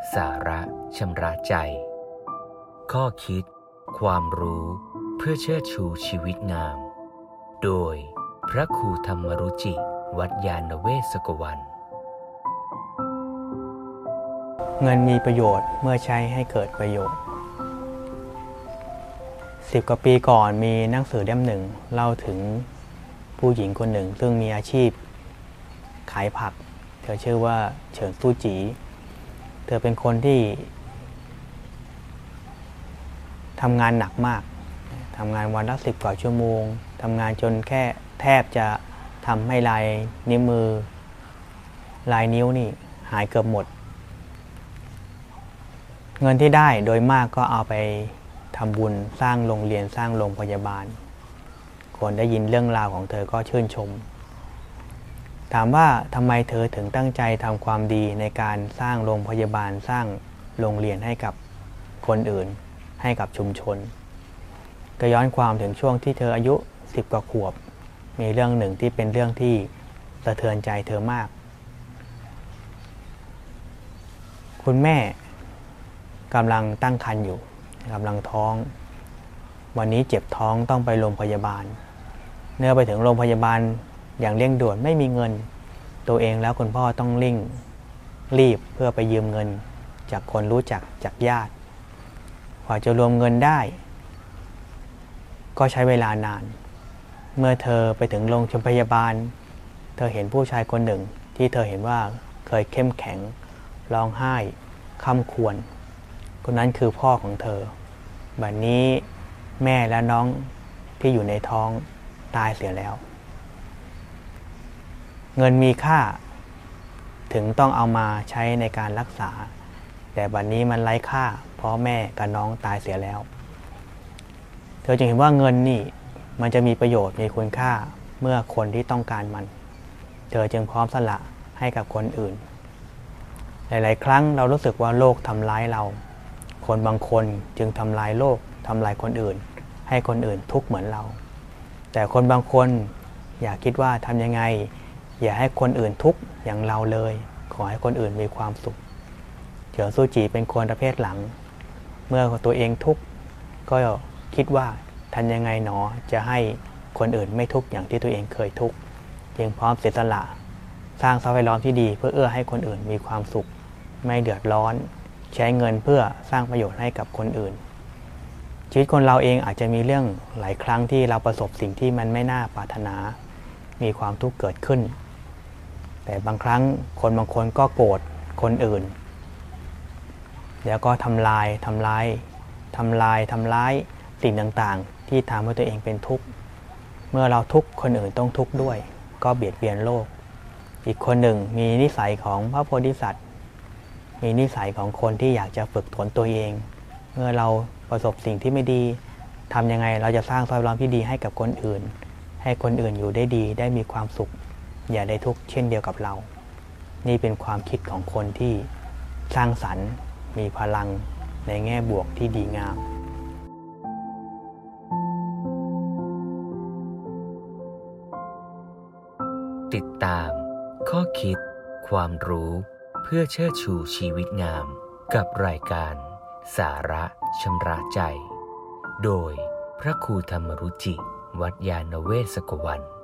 สาระชำระใจข้อคิดความรู้เพื่อเชิดชูชีวิตงามโดยพระครูธรรมรุจิวัดยานเวศกวันเงินมีประโยชน์เมื่อใช้ให้เกิดประโยชน์10 กว่าปีก่อนมีหนังสือเล่มหนึ่งเล่าถึงผู้หญิงคนหนึ่งซึ่งมีอาชีพขายผักเธอชื่อว่าเฉินซู่จีเธอเป็นคนที่ทำงานหนักมากทำงานวันละ10 กว่าชั่วโมงทำงานจนแค่แทบจะทำให้ลายนิ้วมือลายนิ้วนี่หายเกือบหมดเงินที่ได้โดยมากก็เอาไปทำบุญสร้างโรงเรียนสร้างโรงพยาบาลคนได้ยินเรื่องราวของเธอก็ชื่นชมถามว่าทำไมเธอถึงตั้งใจทำความดีในการสร้างโรงพยาบาลสร้างโรงเรียนให้กับคนอื่นให้กับชุมชนก็ย้อนความถึงช่วงที่เธออายุ10 กว่าขวบมีเรื่องหนึ่งที่เป็นเรื่องที่สะเทือนใจเธอมากคุณแม่กำลังตั้งครรภ์อยู่กำลังท้องวันนี้เจ็บท้องต้องไปโรงพยาบาลเมื่อไปถึงโรงพยาบาลอย่างเร่งด่วนไม่มีเงินตัวเองแล้วคุณพ่อต้องรีบเพื่อไปยืมเงินจากคนรู้จักจากญาติกว่าจะรวมเงินได้ก็ใช้เวลานานเมื่อเธอไปถึงโรงพยาบาลเธอเห็นผู้ชายคนหนึ่งที่เธอเห็นว่าเคยเข้มแข็งร้องไห้ค่ำควรคนนั้นคือพ่อของเธอบัดนี้แม่และน้องที่อยู่ในท้องตายเสียแล้วเงินมีค่าถึงต้องเอามาใช้ในการรักษาแต่บัดนี้มันไร้ค่าเพราะแม่กับน้องตายเสียแล้วเธอจึงเห็นว่าเงินนี่มันจะมีประโยชน์มีคุณค่าเมื่อคนที่ต้องการมันเธอจึงพร้อมสละให้กับคนอื่นหลายๆครั้งเรารู้สึกว่าโลกทำร้ายเราคนบางคนจึงทำลายโลกทำลายคนอื่นให้คนอื่นทุกข์เหมือนเราแต่คนบางคนอยากคิดว่าทำยังไงอย่าให้คนอื่นทุกข์อย่างเราเลยขอให้คนอื่นมีความสุขเฉินซู่จีเป็นคนประเภทหลังเมื่อตัวเองทุกข์ก็คิดว่าทำยังไงหนอจะให้คนอื่นไม่ทุกข์อย่างที่ตัวเองเคยทุกข์จึงพร้อมเสียสละสร้างสภาพแวดล้อมที่ดีเพื่อเอื้อให้คนอื่นมีความสุขไม่เดือดร้อนใช้เงินเพื่อสร้างประโยชน์ให้กับคนอื่นชีวิตคนเราเองอาจจะมีเรื่องหลายครั้งที่เราประสบสิ่งที่มันไม่น่าปรารถนามีความทุกข์เกิดขึ้นแต่บางครั้งคนบางคนก็โกรธคนอื่นแล้วก็ทำลายสิ่งต่างๆที่ทำให้ตัวเองเป็นทุกข์เมื่อเราทุกข์คนอื่นต้องทุกข์ด้วยก็เบียดเบียนโลกอีกคนหนึ่งมีนิสัยของพระโพธิสัตว์มีนิสัยของคนที่อยากจะฝึกฝนตัวเองเมื่อเราประสบสิ่งที่ไม่ดีทำยังไงเราจะสร้างสภาพแวดล้อมที่ดีให้กับคนอื่นให้คนอื่นอยู่ได้ดีได้มีความสุขอย่าได้ทุกข์เช่นเดียวกับเรานี่เป็นความคิดของคนที่สร้างสรรค์มีพลังในแง่บวกที่ดีงามติดตามข้อคิดความรู้เพื่อเชิดชูชีวิตงามกับรายการสาระชำระใจโดยพระครูธรรมรุจิวัดยานเวศกวัน